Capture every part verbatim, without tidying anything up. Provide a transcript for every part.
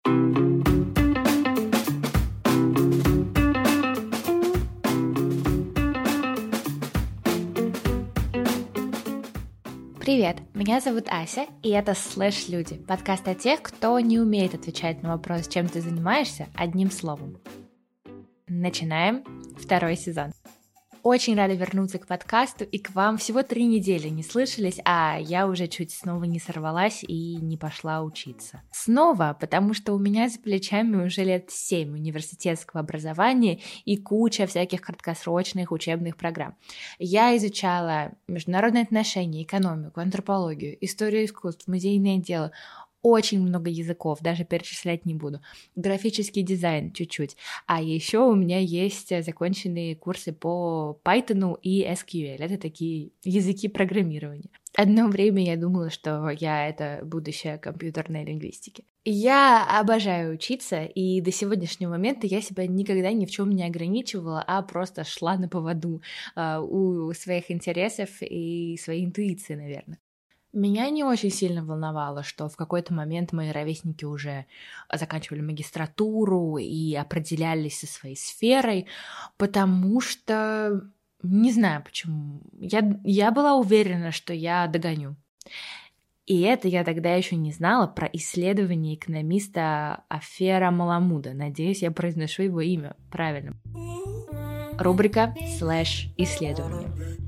Привет, меня зовут Ася, и это «Слэш Люди», подкаст о тех, кто не умеет отвечать на вопрос, чем ты занимаешься, одним словом. Начинаем второй сезон. Очень рада вернуться к подкасту и к вам. Всего три недели не слышались, а я уже чуть снова не сорвалась и не пошла учиться. Снова, потому что у меня за плечами уже лет семь университетского образования и куча всяких краткосрочных учебных программ. Я изучала международные отношения, экономику, антропологию, историю искусств, музейное дело, очень много языков, даже перечислять не буду. Графический дизайн чуть-чуть. А еще у меня есть законченные курсы по Python и эс кью эль. Это такие языки программирования. Одно время я думала, что я — это будущее компьютерной лингвистики. Я обожаю учиться, и до сегодняшнего момента я себя никогда ни в чем не ограничивала, а просто шла на поводу э, у своих интересов и своей интуиции, наверное. Меня не очень сильно волновало, что в какой-то момент мои ровесники уже заканчивали магистратуру и определялись со своей сферой, потому что, не знаю почему, я, я была уверена, что я догоню. И это я тогда еще не знала про исследование экономиста Афера Маламуда. Надеюсь, я произношу его имя правильно. Рубрика «Слэш исследование».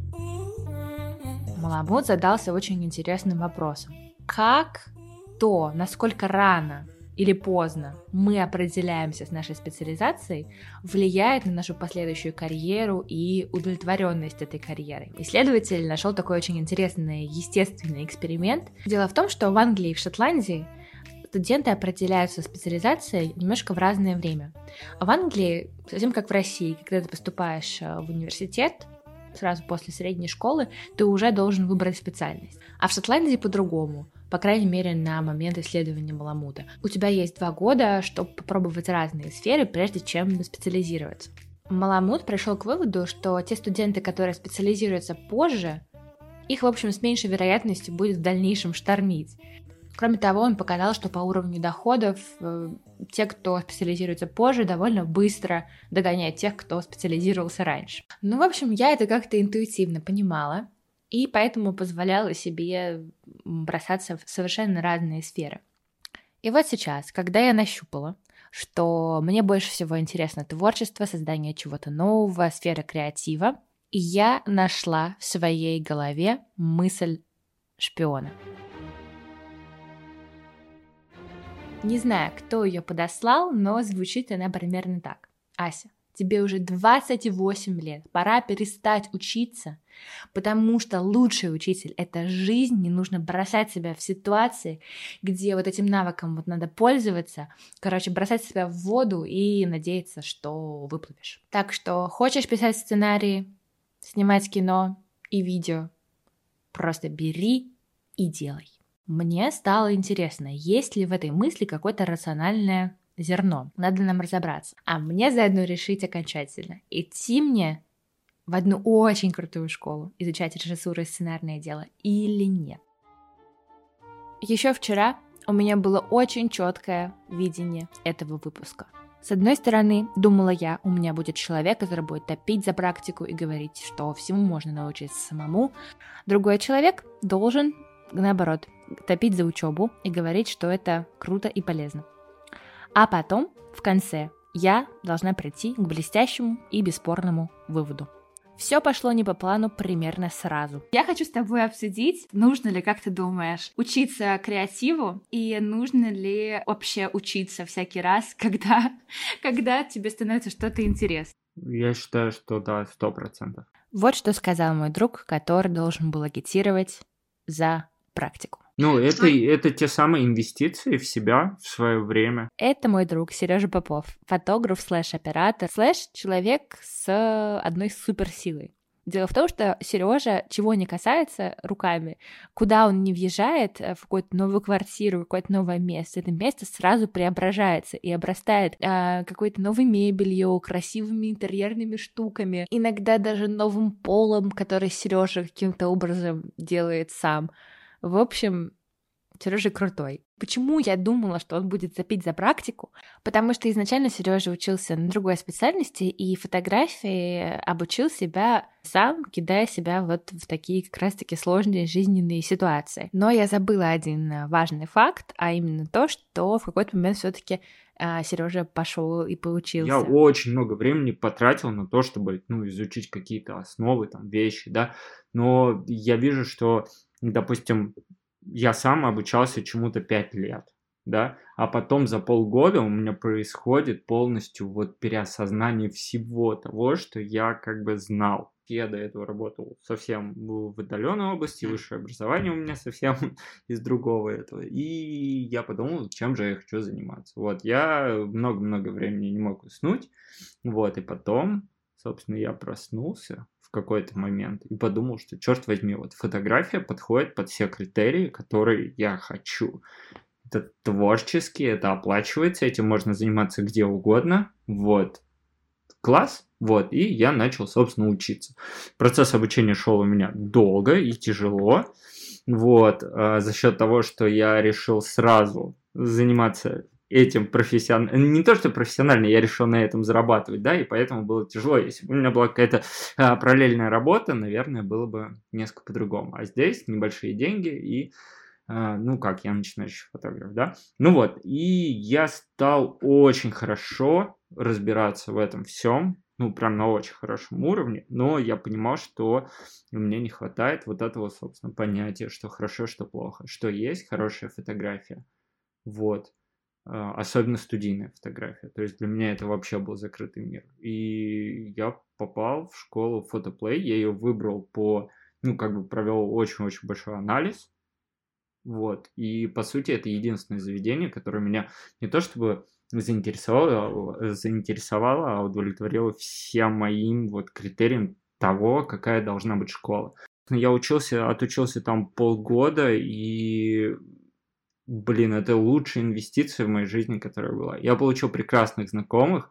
Маламуд задался очень интересным вопросом. Как то, насколько рано или поздно мы определяемся с нашей специализацией, влияет на нашу последующую карьеру и удовлетворенность этой карьерой? Исследователь нашел такой очень интересный естественный эксперимент. Дело в том, что в Англии и в Шотландии студенты определяются специализацией немножко в разное время. В Англии, совсем как в России, когда ты поступаешь в университет, сразу после средней школы, ты уже должен выбрать специальность. А в Шотландии по-другому, по крайней мере, на момент исследования Маламуда. У тебя есть два года, чтобы попробовать разные сферы, прежде чем специализироваться. Маламуд пришел к выводу, что те студенты, которые специализируются позже, их, в общем, с меньшей вероятностью будет в дальнейшем штормить. Кроме того, он показал, что по уровню доходов э, те, кто специализируется позже, довольно быстро догоняют тех, кто специализировался раньше. Ну, в общем, я это как-то интуитивно понимала, и поэтому позволяла себе бросаться в совершенно разные сферы. И вот сейчас, когда я нащупала, что мне больше всего интересно творчество, создание чего-то нового, сфера креатива, я нашла в своей голове мысль шпиона. Не знаю, кто ее подослал, но звучит она примерно так. Ася, тебе уже двадцать восемь лет, пора перестать учиться, потому что лучший учитель — это жизнь, не нужно бросать себя в ситуации, где вот этим навыком вот надо пользоваться, короче, бросать себя в воду и надеяться, что выплывешь. Так что хочешь писать сценарии, снимать кино и видео, просто бери и делай. Мне стало интересно, есть ли в этой мысли какое-то рациональное зерно. Надо нам разобраться. А мне заодно решить окончательно, идти мне в одну очень крутую школу, изучать режиссуру и сценарное дело или нет. Еще вчера у меня было очень четкое видение этого выпуска. С одной стороны, думала я, у меня будет человек, который будет топить за практику и говорить, что всему можно научиться самому. Другой человек должен, наоборот, топить за учебу и говорить, что это круто и полезно. А потом, в конце, я должна прийти к блестящему и бесспорному выводу. Все пошло не по плану примерно сразу. Я хочу с тобой обсудить, нужно ли, как ты думаешь, учиться креативу и нужно ли вообще учиться всякий раз, когда, когда тебе становится что-то интересно. Я считаю, что да, сто процентов. Вот что сказал мой друг, который должен был агитировать за практику. Ну, это, это те самые инвестиции в себя, в свое время. Это мой друг Сережа Попов, фотограф слэш-оператор, слэш-человек с одной суперсилой. Дело в том, что Сережа, чего не касается руками, куда он не въезжает, в какую-то новую квартиру, какое-то новое место, это место сразу преображается и обрастает а, какой-то новой мебелью, красивыми интерьерными штуками, иногда даже новым полом, который Сережа каким-то образом делает сам. В общем, Сережа крутой. Почему я думала, что он будет запить за практику? Потому что изначально Сережа учился на другой специальности, и фотографии обучил себя сам, кидая себя вот в такие как раз-таки сложные жизненные ситуации. Но я забыла один важный факт, а именно то, что в какой-то момент все-таки Сережа пошел и поучился. Я очень много времени потратил на то, чтобы, ну, изучить какие-то основы, там, вещи, да, но я вижу, что, допустим, я сам обучался чему-то пять лет, да, а потом за полгода у меня происходит полностью вот переосознание всего того, что я как бы знал. Я до этого работал совсем в отдаленной области, высшее образование у меня совсем из другого этого. И я подумал, чем же я хочу заниматься. Вот, я много-много времени не мог уснуть. Вот, и потом, собственно, я проснулся в какой-то момент и подумал, что, черт возьми, вот фотография подходит под все критерии, которые я хочу. Это творчески, это оплачивается, этим можно заниматься где угодно. Вот. Класс. Вот. И я начал, собственно, учиться. Процесс обучения шел у меня долго и тяжело. Вот. А за счет того, что я решил сразу заниматься этим профессионально. Не то, что профессионально, я решил на этом зарабатывать, да, и поэтому было тяжело. Если бы у меня была какая-то а, параллельная работа, наверное, было бы несколько по-другому. А здесь небольшие деньги и ну как, я начинающий фотограф, да? Ну вот, и я стал очень хорошо разбираться в этом всем, ну прям на очень хорошем уровне, но я понимал, что мне не хватает вот этого, собственно, понятия, что хорошо, что плохо, что есть хорошая фотография, вот, особенно студийная фотография, то есть для меня это вообще был закрытый мир, и я попал в школу Photoplay, я ее выбрал по, ну как бы провел очень-очень большой анализ. Вот, и по сути это единственное заведение, которое меня не то чтобы заинтересовало, заинтересовало, а удовлетворило всем моим вот критериям того, какая должна быть школа. Я учился, отучился там полгода, и, блин, это лучшая инвестиция в моей жизни, которая была. Я получил прекрасных знакомых,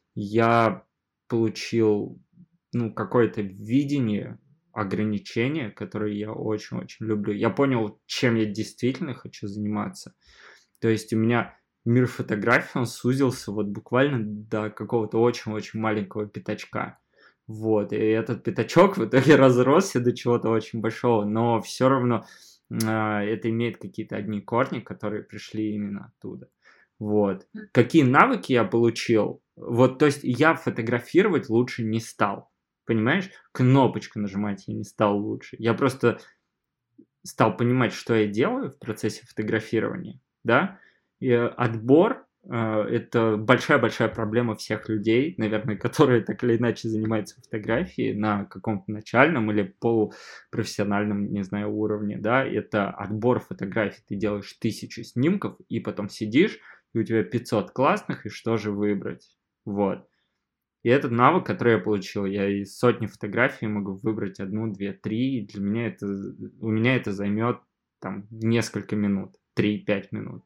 я получил, ну, какое-то видение, ограничения, которые я очень-очень люблю. Я понял, чем я действительно хочу заниматься. То есть у меня мир фотографии, он сузился вот буквально до какого-то очень-очень маленького пятачка. Вот, и этот пятачок в итоге разросся до чего-то очень большого, но все равно э, это имеет какие-то одни корни, которые пришли именно оттуда. Вот. Какие навыки я получил? Вот, то есть я фотографировать лучше не стал. Понимаешь, кнопочку нажимать я не стал лучше. Я просто стал понимать, что я делаю в процессе фотографирования, да. И отбор э, это большая-большая проблема всех людей, наверное, которые так или иначе занимаются фотографией на каком-то начальном или полупрофессиональном, не знаю, уровне, да. Это отбор фотографий. Ты делаешь тысячу снимков и потом сидишь, и у тебя пятьсот классных, и что же выбрать? Вот. И этот навык, который я получил, я из сотни фотографий могу выбрать одну, две, три. И для меня это, у меня это займет там несколько минут, три-пять минут.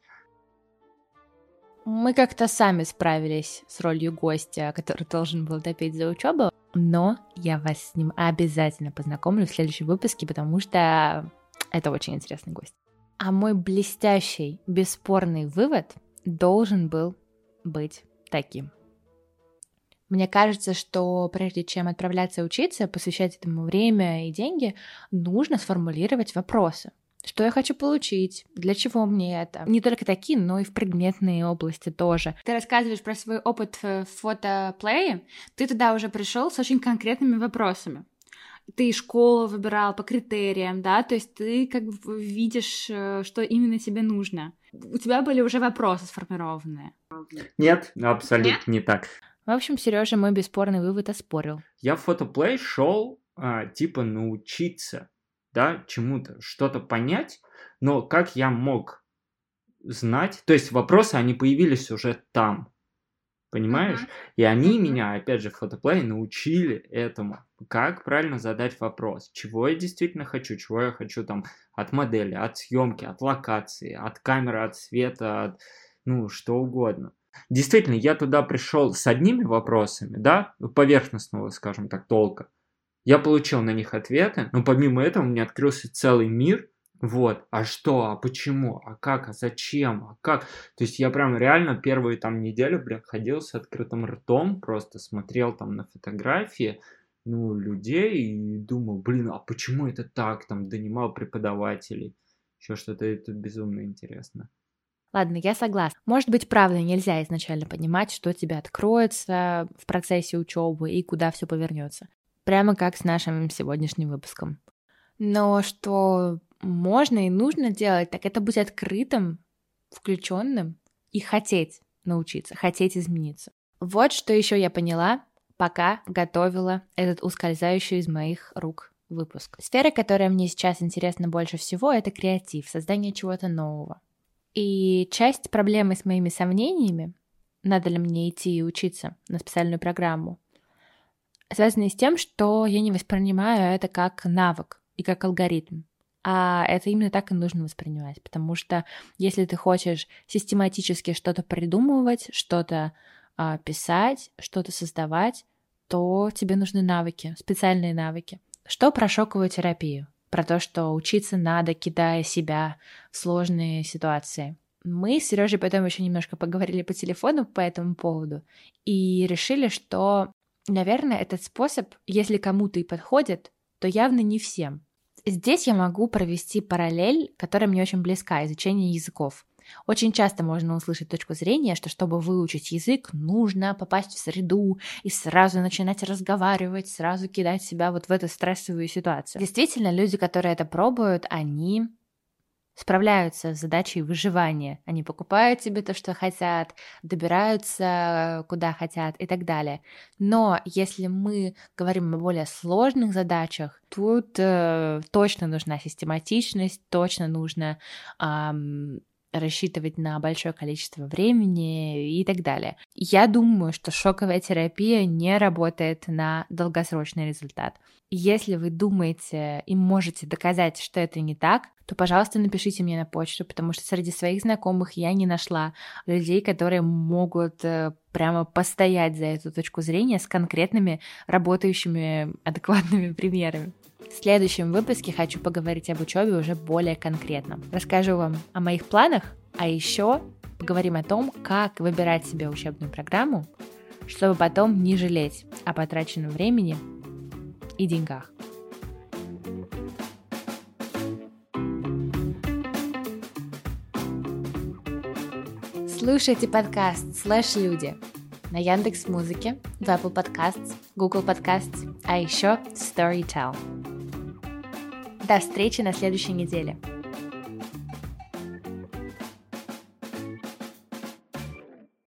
Мы как-то сами справились с ролью гостя, который должен был допить за учебу, но я вас с ним обязательно познакомлю в следующем выпуске, потому что это очень интересный гость. А мой блестящий, бесспорный вывод должен был быть таким. Мне кажется, что прежде чем отправляться учиться, посвящать этому время и деньги, нужно сформулировать вопросы. Что я хочу получить? Для чего мне это? Не только такие, но и в предметные области тоже. Ты рассказываешь про свой опыт в фотоплее, ты туда уже пришел с очень конкретными вопросами. Ты школу выбирал по критериям, да, то есть ты как бы видишь, что именно тебе нужно. У тебя были уже вопросы сформированные. Нет, абсолютно Нет? не так. В общем, Сережа мой бесспорный вывод оспорил. Я в фотоплей шел а, типа научиться, да, чему-то, что-то понять, но как я мог знать, то есть вопросы, они появились уже там, понимаешь? Uh-huh. И они uh-huh. меня, опять же, в фотоплее научили этому, как правильно задать вопрос, чего я действительно хочу, чего я хочу там от модели, от съемки, от локации, от камеры, от света, от, ну, что угодно. Действительно, я туда пришел с одними вопросами, да, поверхностного, скажем так, толка. Я получил на них ответы, но помимо этого у меня открылся целый мир, Вот, а что, а почему, а как, а зачем, а как? То есть я прям реально первую там неделю, бля, ходил с открытым ртом, просто смотрел там на фотографии, ну, людей и думал, блин, а почему это так, там, донимал преподавателей, еще что-то, это безумно интересно. Ладно, я согласна. Может быть, правда, нельзя изначально понимать, что тебе откроется в процессе учебы и куда все повернется. Прямо как с нашим сегодняшним выпуском. Но что можно и нужно делать, так это быть открытым, включенным и хотеть научиться, хотеть измениться. Вот что еще я поняла, пока готовила этот ускользающий из моих рук выпуск. Сфера, которая мне сейчас интересна больше всего, это креатив, создание чего-то нового. И часть проблемы с моими сомнениями, надо ли мне идти и учиться на специальную программу, связана с тем, что я не воспринимаю это как навык и как алгоритм. А это именно так и нужно воспринимать, потому что если ты хочешь систематически что-то придумывать, что-то а, писать, что-то создавать, то тебе нужны навыки, специальные навыки. Что про шоковую терапию? Про то, что учиться надо, кидая себя в сложные ситуации. Мы с Сережей потом еще немножко поговорили по телефону по этому поводу и решили, что, наверное, этот способ, если кому-то и подходит, то явно не всем. Здесь я могу провести параллель, которая мне очень близка, изучение языков. Очень часто можно услышать точку зрения, что чтобы выучить язык, нужно попасть в среду и сразу начинать разговаривать, сразу кидать себя вот в эту стрессовую ситуацию. Действительно, люди, которые это пробуют, они справляются с задачей выживания. Они покупают себе то, что хотят, добираются куда хотят и так далее. Но если мы говорим о более сложных задачах, тут э, точно нужна систематичность, точно нужно эм, рассчитывать на большое количество времени и так далее. Я думаю, что шоковая терапия не работает на долгосрочный результат. Если вы думаете и можете доказать, что это не так, то, пожалуйста, напишите мне на почту, потому что среди своих знакомых я не нашла людей, которые могут прямо постоять за эту точку зрения с конкретными работающими адекватными примерами. В следующем выпуске хочу поговорить об учебе уже более конкретно. Расскажу вам о моих планах, а еще поговорим о том, как выбирать себе учебную программу, чтобы потом не жалеть о потраченном времени и деньгах. Слушайте подкаст «Слэш Люди» на Яндекс.Музыке, в Apple Podcasts, Google Podcasts, а еще Storytel. До встречи на следующей неделе.